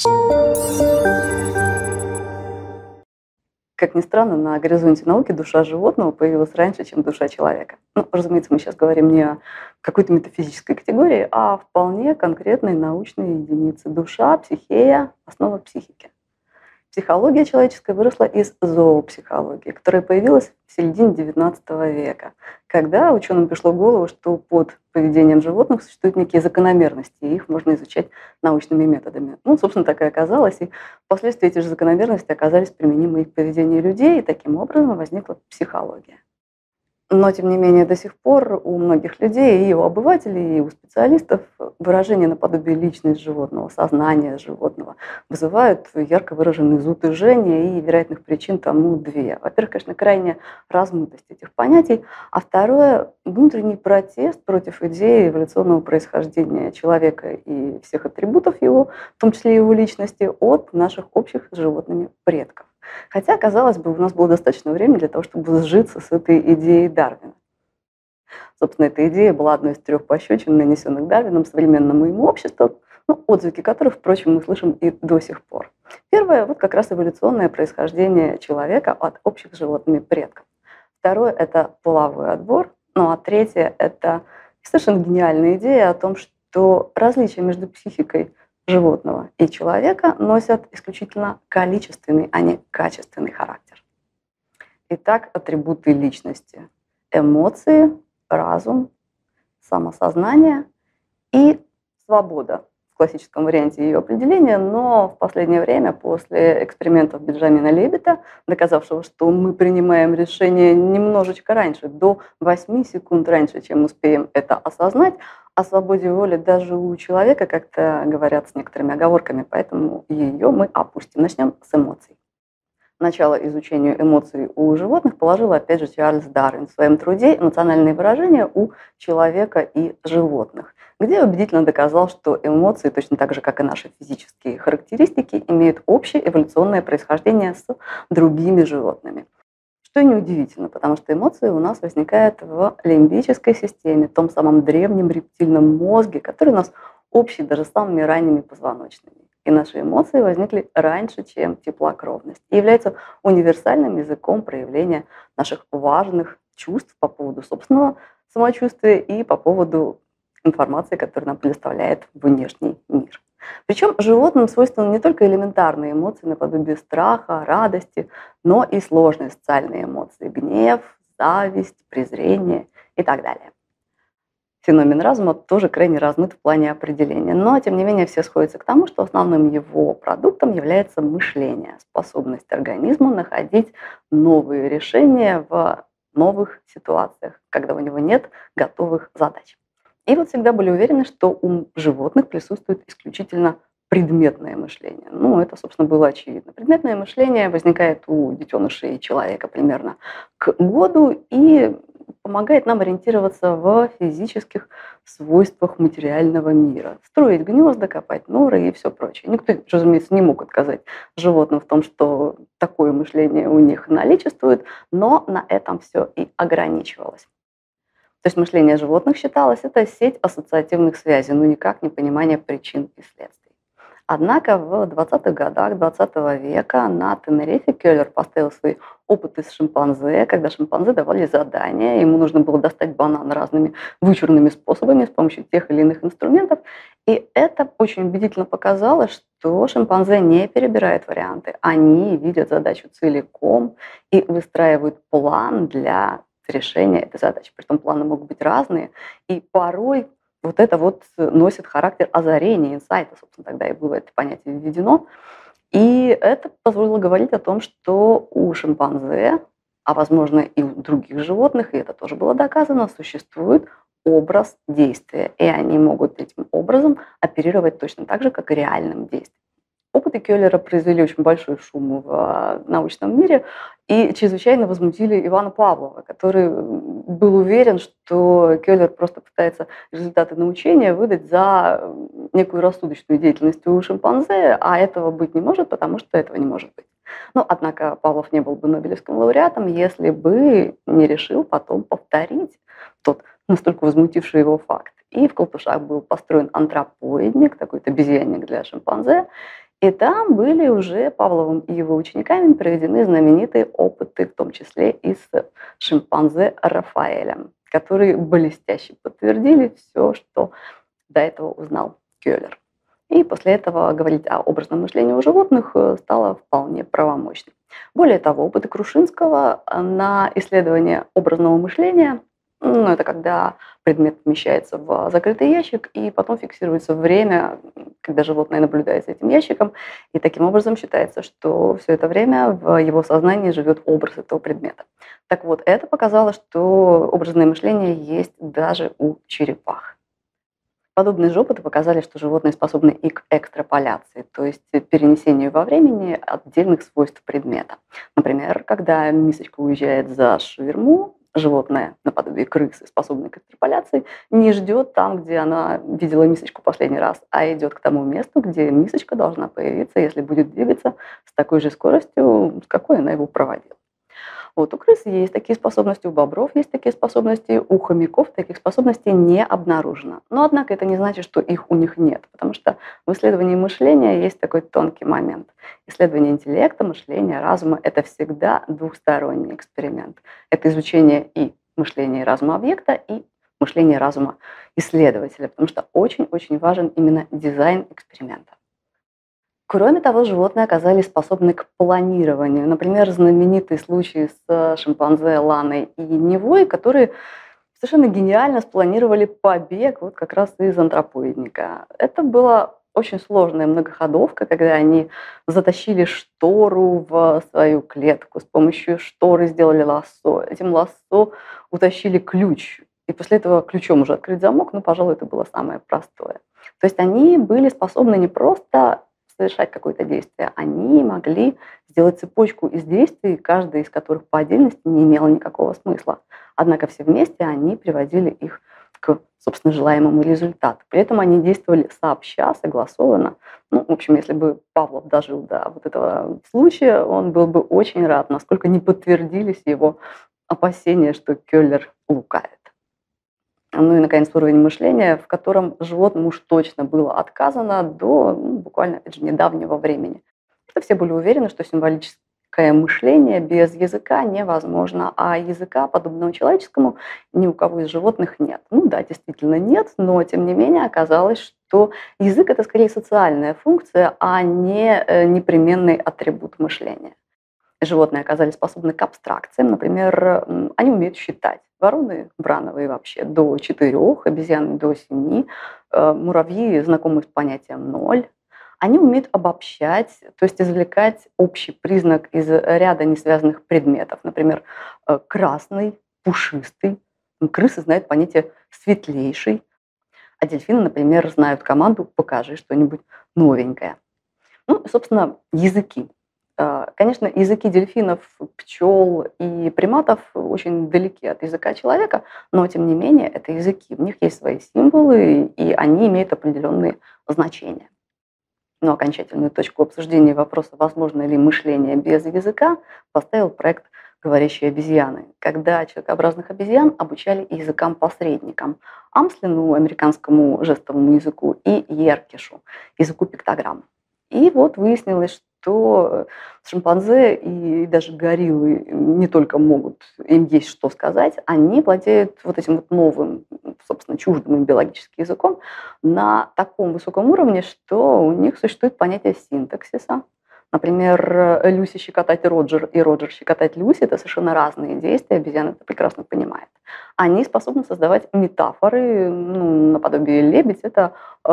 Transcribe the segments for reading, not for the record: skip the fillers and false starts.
Как ни странно, на горизонте науки душа животного появилась раньше, чем душа человека. Ну, разумеется, мы сейчас говорим не о какой-то метафизической категории, а о вполне конкретной научной единице. Душа, психея, основа психики. Психология человеческая выросла из зоопсихологии, которая появилась в середине XIX века, когда ученым пришло в голову, что под поведением животных существуют некие закономерности, и их можно изучать научными методами. Ну, собственно, так и оказалось, и впоследствии эти же закономерности оказались применимы и к поведению людей, и таким образом возникла психология. Но, тем не менее, до сих пор у многих людей, и у обывателей, и у специалистов выражение наподобие личность животного, сознание животного вызывают ярко выраженный зуд и жжение, и вероятных причин тому две. Во-первых, конечно, крайняя размытость этих понятий, а второе – внутренний протест против идеи эволюционного происхождения человека и всех атрибутов его, в том числе его личности, от наших общих с животными предков. Хотя, казалось бы, у нас было достаточно времени для того, чтобы сжиться с этой идеей Дарвина. Собственно, эта идея была одной из 3 пощечин, нанесенных Дарвином современному ему обществу, отзвуки которых, впрочем, мы слышим и до сих пор. Первое – вот как раз эволюционное происхождение человека от общих с животными предков. Второе – это половой отбор. Ну а третье – это совершенно гениальная идея о том, что различия между психикой животного и человека носят исключительно количественный, а не качественный характер. Итак, атрибуты личности: эмоции, разум, самосознание и свобода в классическом варианте ее определения, но в последнее время, после экспериментов Бенджамина Леббита, доказавшего, что мы принимаем решение немножечко раньше, до 8 секунд раньше, чем успеем это осознать, о свободе воли даже у человека как-то говорят с некоторыми оговорками, поэтому ее мы опустим. Начнем с эмоций. Начало изучению эмоций у животных положил, опять же, Чарльз Дарвин в своем труде «Эмоциональные выражения у человека и животных», где убедительно доказал, что эмоции, точно так же, как и наши физические характеристики, имеют общее эволюционное происхождение с другими животными. Что неудивительно, потому что эмоции у нас возникают в лимбической системе, том самом древнем рептильном мозге, который у нас общий даже с самыми ранними позвоночными. И наши эмоции возникли раньше, чем теплокровность, и являются универсальным языком проявления наших важных чувств по поводу собственного самочувствия и по поводу информации, которую нам предоставляет внешний мир. Причем животным свойственны не только элементарные эмоции наподобие страха, радости, но и сложные социальные эмоции: гнев, зависть, презрение и так далее. Феномен разума тоже крайне размыт в плане определения, но, тем не менее, все сходятся к тому, что основным его продуктом является мышление, способность организма находить новые решения в новых ситуациях, когда у него нет готовых задач. И вот всегда были уверены, что у животных присутствует исключительно предметное мышление. Это, собственно, было очевидно. Предметное мышление возникает у детенышей человека примерно к году и помогает нам ориентироваться в физических свойствах материального мира. Строить гнезда, копать норы и все прочее. Никто, разумеется, не мог отказать животным в том, что такое мышление у них наличествует, но на этом все и ограничивалось. То есть мышление животных считалось это сеть ассоциативных связей, никак не понимание причин и следствий. Однако в 20-х годах 20 века на Тенерифе Келлер поставил свои опыты с шимпанзе, когда шимпанзе давали задания, ему нужно было достать банан разными вычурными способами с помощью тех или иных инструментов, и это очень убедительно показало, что шимпанзе не перебирают варианты, они видят задачу целиком и выстраивают план для решения этой задачи. Притом планы могут быть разные, и порой вот это носит характер озарения, инсайта, собственно, тогда и было это понятие введено. И это позволило говорить о том, что у шимпанзе, а возможно и у других животных, и это тоже было доказано, существует образ действия, и они могут этим образом оперировать точно так же, как и реальным действием. Опыты Келлера произвели очень большой шум в научном мире и чрезвычайно возмутили Ивана Павлова, который был уверен, что Келлер просто пытается результаты научения выдать за некую рассудочную деятельность у шимпанзе, а этого быть не может, потому что этого не может быть. Однако Павлов не был бы Нобелевским лауреатом, если бы не решил потом повторить тот настолько возмутивший его факт. И в Колпашах был построен антропоидник, такой-то обезьянник для шимпанзе, И там были уже Павловым и его учениками проведены знаменитые опыты, в том числе и с шимпанзе Рафаэлем, которые блестяще подтвердили все, что до этого узнал Кёллер. И после этого говорить о образном мышлении у животных стало вполне правомочным. Более того, опыты Крушинского на исследование образного мышления, ну, это когда предмет помещается в закрытый ящик, и потом фиксируется время, когда животное наблюдает за этим ящиком, и таким образом считается, что все это время в его сознании живет образ этого предмета. Так вот, это показало, что образное мышление есть даже у черепах. Подобные же опыты показали, что животные способны и к экстраполяции, то есть перенесению во времени отдельных свойств предмета. Например, когда мисочка уезжает за ширму, животное, наподобие крысы, способное к экстраполяции, не ждет там, где она видела мисочку последний раз, а идет к тому месту, где мисочка должна появиться, если будет двигаться с такой же скоростью, с какой она его проводила. Вот у крыс есть такие способности, у бобров есть такие способности, у хомяков таких способностей не обнаружено. Но, однако, это не значит, что их у них нет, потому что в исследовании мышления есть такой тонкий момент. Исследование интеллекта, мышления, разума – это всегда двухсторонний эксперимент. Это изучение и мышления и разума объекта, и мышления разума исследователя, потому что очень-очень важен именно дизайн эксперимента. Кроме того, животные оказались способны к планированию. Например, знаменитый случай с шимпанзе Ланой и Невой, которые совершенно гениально спланировали побег вот как раз из антропоидника. Это была очень сложная многоходовка, когда они затащили штору в свою клетку, с помощью шторы сделали лассо. Этим лассо утащили ключ. И после этого ключом уже открыть замок, ну, пожалуй, это было самое простое. То есть они были способны не просто совершать какое-то действие, они могли сделать цепочку из действий, каждая из которых по отдельности не имела никакого смысла. Однако все вместе они приводили их к, собственно, желаемому результату. При этом они действовали сообща, согласованно. Ну, в общем, если бы Павлов дожил до вот этого случая, он был бы очень рад, насколько не подтвердились его опасения, что Кёллер лукавит. Ну и, наконец, уровень мышления, в котором животному уж точно было отказано до буквально, опять же, недавнего времени. Что все были уверены, что символическое мышление без языка невозможно, а языка, подобного человеческому, ни у кого из животных нет. Ну да, действительно нет, но тем не менее оказалось, что язык – это скорее социальная функция, а не непременный атрибут мышления. Животные оказались способны к абстракциям. Например, они умеют считать. Вороны брановые вообще до 4, обезьяны до 7, муравьи знакомы с понятием ноль. Они умеют обобщать, то есть извлекать общий признак из ряда несвязанных предметов. Например, красный, пушистый. Крысы знают понятие светлейший. А дельфины, например, знают команду «покажи что-нибудь новенькое». Ну, собственно, языки. Конечно, языки дельфинов, пчел и приматов очень далеки от языка человека, но тем не менее это языки. В них есть свои символы, и они имеют определенные значения. Но окончательную точку обсуждения вопроса, возможно ли мышление без языка, поставил проект «Говорящие обезьяны», когда человекообразных обезьян обучали языкам-посредникам, Амслину, американскому жестовому языку, и Йеркишу, языку пиктограмм. И вот выяснилось, что шимпанзе и даже гориллы не только могут, им есть что сказать, они владеют вот этим вот новым, собственно, чуждым им биологическим языком на таком высоком уровне, что у них существует понятие синтаксиса. Например, Люси щекотать Роджер и Роджер щекотать Люси – это совершенно разные действия, обезьяна это прекрасно понимает. Они способны создавать метафоры, ну, наподобие лебедь – это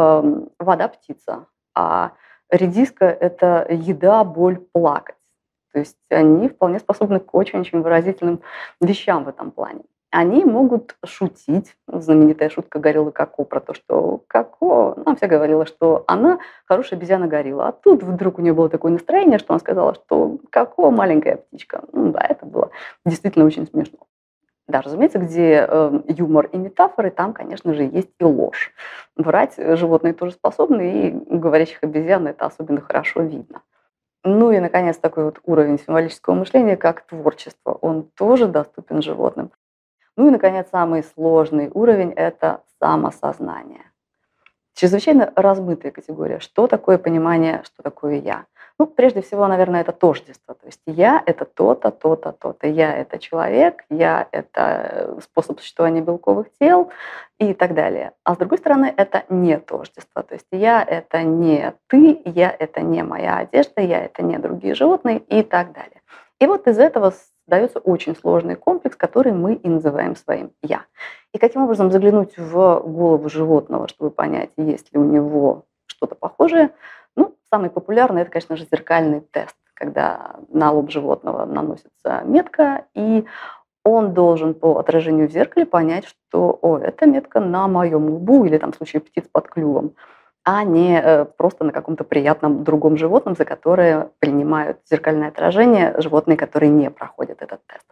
вода-птица, а редиска – это еда, боль, плакать. То есть они вполне способны к очень-очень выразительным вещам в этом плане. Они могут шутить. Знаменитая шутка гориллы Коко про то, что Коко, нам вся говорила, что она хорошая обезьяна-горилла. А тут вдруг у нее было такое настроение, что она сказала, что Коко маленькая птичка. Ну да, это было действительно очень смешно. Да, разумеется, где юмор и метафоры, там, конечно же, есть и ложь. Врать животные тоже способны, и у говорящих обезьян это особенно хорошо видно. Ну и, наконец, такой вот уровень символического мышления, как творчество, он тоже доступен животным. Ну и, наконец, самый сложный уровень – это самосознание. чрезвычайно размытая категория. Что такое понимание, что такое я? Ну, прежде всего, наверное, это тождество. То есть я – это то-то, то-то, то-то. Я – это человек, я – это способ существования белковых тел и так далее. А с другой стороны, это не тождество. То есть я – это не ты, я – это не моя одежда, я – это не другие животные и так далее. И вот из этого создается очень сложный комплекс, который мы и называем своим «я». И каким образом заглянуть в голову животного, чтобы понять, есть ли у него что-то похожее? Ну, самый популярный – это, конечно же, зеркальный тест, когда на лоб животного наносится метка, и он должен по отражению в зеркале понять, что «о, эта метка на моем лбу» или там в случае птиц под клювом, а не просто на каком-то приятном другом животном, за которое принимают зеркальное отражение животные, которые не проходят этот тест.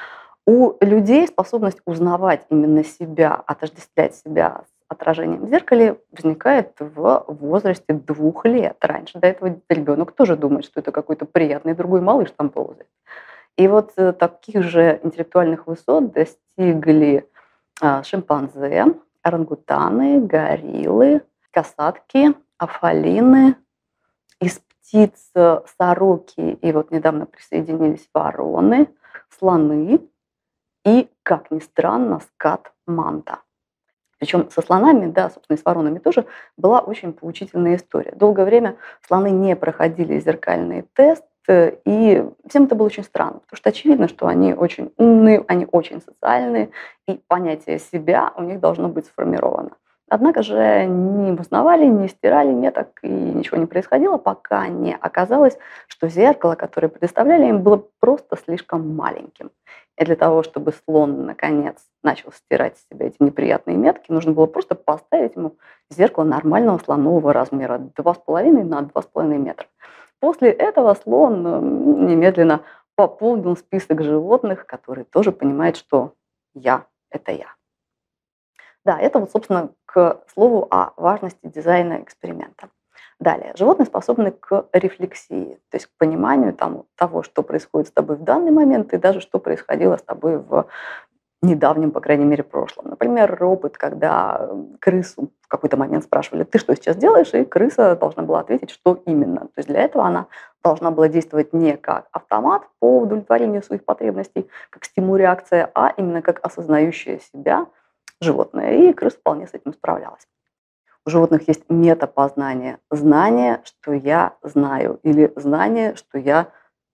У людей способность узнавать именно себя, отождествлять себя с отражением в зеркале возникает в возрасте 2 лет. Раньше до этого ребенок тоже думает, что это какой-то приятный другой малыш там ползает. И вот таких же интеллектуальных высот достигли шимпанзе, орангутаны, гориллы, касатки, афалины, из птиц сороки, и вот недавно присоединились вороны, слоны и, как ни странно, скат манта. Причем со слонами, да, собственно, и с воронами тоже была очень поучительная история. Долгое время слоны не проходили зеркальный тест, и всем это было очень странно, потому что очевидно, что они очень умные, они очень социальные, и понятие себя у них должно быть сформировано. Однако же не узнавали, не стирали меток, и ничего не происходило, пока не оказалось, что зеркало, которое предоставляли им, было просто слишком маленьким. И для того, чтобы слон, наконец, начал стирать с себя эти неприятные метки, нужно было просто поставить ему зеркало нормального слонового размера 2,5 на 2,5 метра. После этого слон немедленно пополнил список животных, которые тоже понимают, что я – это я. Да, это вот, собственно, к слову о важности дизайна эксперимента. Далее, животные способны к рефлексии, то есть к пониманию того, что происходит с тобой в данный момент и даже что происходило с тобой в недавнем, по крайней мере, прошлом. Например, опыт, когда крысу в какой-то момент спрашивали: ты что сейчас делаешь? И крыса должна была ответить, что именно. То есть для этого она должна была действовать не как автомат по удовлетворению своих потребностей, как стимул-реакция, а именно как осознающая себя животное. И крыса вполне с этим справлялась. У животных есть метапознание, знание, что я знаю, или знание, что я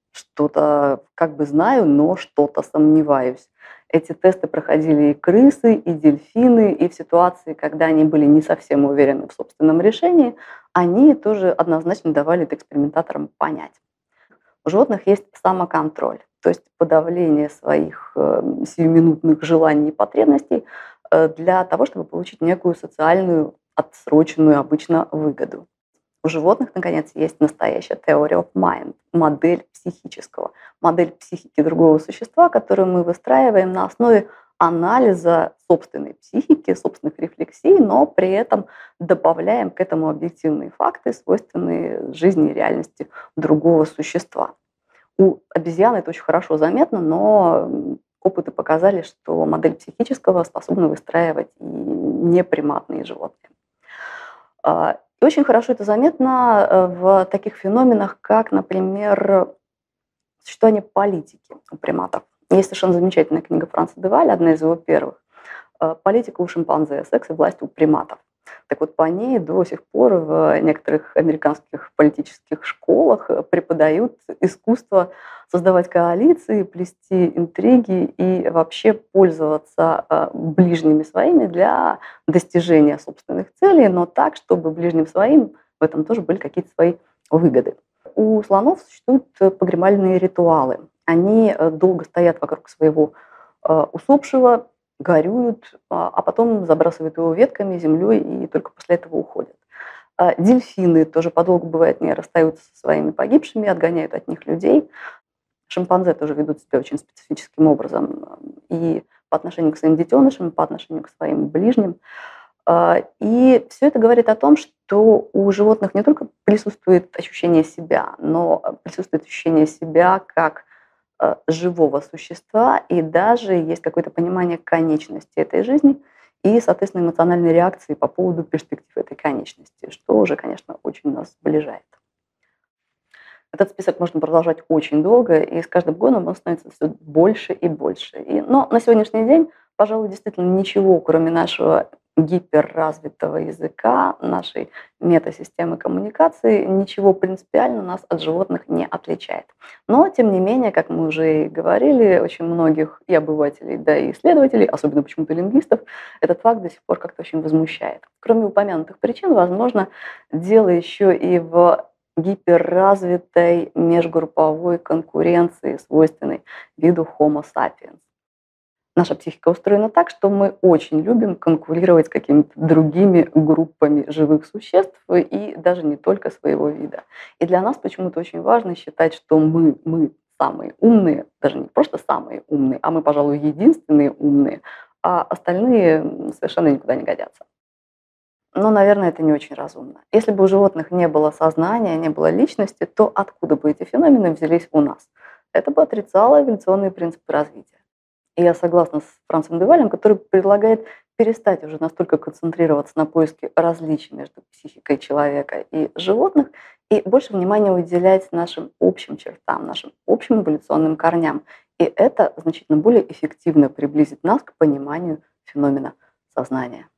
что-то как бы знаю, но что-то сомневаюсь. Эти тесты проходили и крысы, и дельфины, и в ситуации, когда они были не совсем уверены в собственном решении, они тоже однозначно давали это экспериментаторам понять. У животных есть самоконтроль, то есть подавление своих сиюминутных желаний и потребностей для того, чтобы получить некую социальную отсроченную обычно выгоду. У животных, наконец, есть настоящая theory of mind, модель психического, модель психики другого существа, которую мы выстраиваем на основе анализа собственной психики, собственных рефлексий, но при этом добавляем к этому объективные факты, свойственные жизни и реальности другого существа. У обезьян это очень хорошо заметно, но опыты показали, что модель психического способна выстраивать и неприматные животные. И очень хорошо это заметно в таких феноменах, как, например, существование политики у приматов. Есть совершенно замечательная книга Франца де Валля, одна из его первых. «Политика у шимпанзе. Секс и власть у приматов». Так вот, по ней до сих пор в некоторых американских политических школах преподают искусство создавать коалиции, плести интриги и вообще пользоваться ближними своими для достижения собственных целей, но так, чтобы ближним своим в этом тоже были какие-то свои выгоды. У слонов существуют погремальные ритуалы. Они долго стоят вокруг своего усопшего, горюют, а потом забрасывают его ветками, землей и только после этого уходят. Дельфины тоже подолгу, бывает, не расстаются со своими погибшими, отгоняют от них людей. Шимпанзе тоже ведут себя очень специфическим образом и по отношению к своим детенышам, и по отношению к своим ближним. И все это говорит о том, что у животных не только присутствует ощущение себя, но присутствует ощущение себя как живого существа, и даже есть какое-то понимание конечности этой жизни и, соответственно, эмоциональной реакции по поводу перспектив этой конечности, что уже, конечно, очень нас сближает. Этот список можно продолжать очень долго, и с каждым годом он становится все больше и больше. Но на сегодняшний день, пожалуй, действительно ничего, кроме нашего гиперразвитого языка, нашей метасистемы коммуникации, ничего принципиально нас от животных не отличает. Но, тем не менее, как мы уже и говорили, очень многих и обывателей, да и исследователей, особенно почему-то лингвистов, этот факт до сих пор как-то очень возмущает. Кроме упомянутых причин, возможно, дело еще и в гиперразвитой межгрупповой конкуренции, свойственной виду Homo sapiens. Наша психика устроена так, что мы очень любим конкурировать с какими-то другими группами живых существ и даже не только своего вида. И для нас почему-то очень важно считать, что мы самые умные, даже не просто самые умные, а мы, пожалуй, единственные умные, а остальные совершенно никуда не годятся. Но, наверное, это не очень разумно. Если бы у животных не было сознания, не было личности, то откуда бы эти феномены взялись у нас? Это бы отрицало эволюционные принципы развития. И я согласна с Францем де Валем, который предлагает перестать уже настолько концентрироваться на поиске различий между психикой человека и животных и больше внимания уделять нашим общим чертам, нашим общим эволюционным корням. И это значительно более эффективно приблизит нас к пониманию феномена сознания.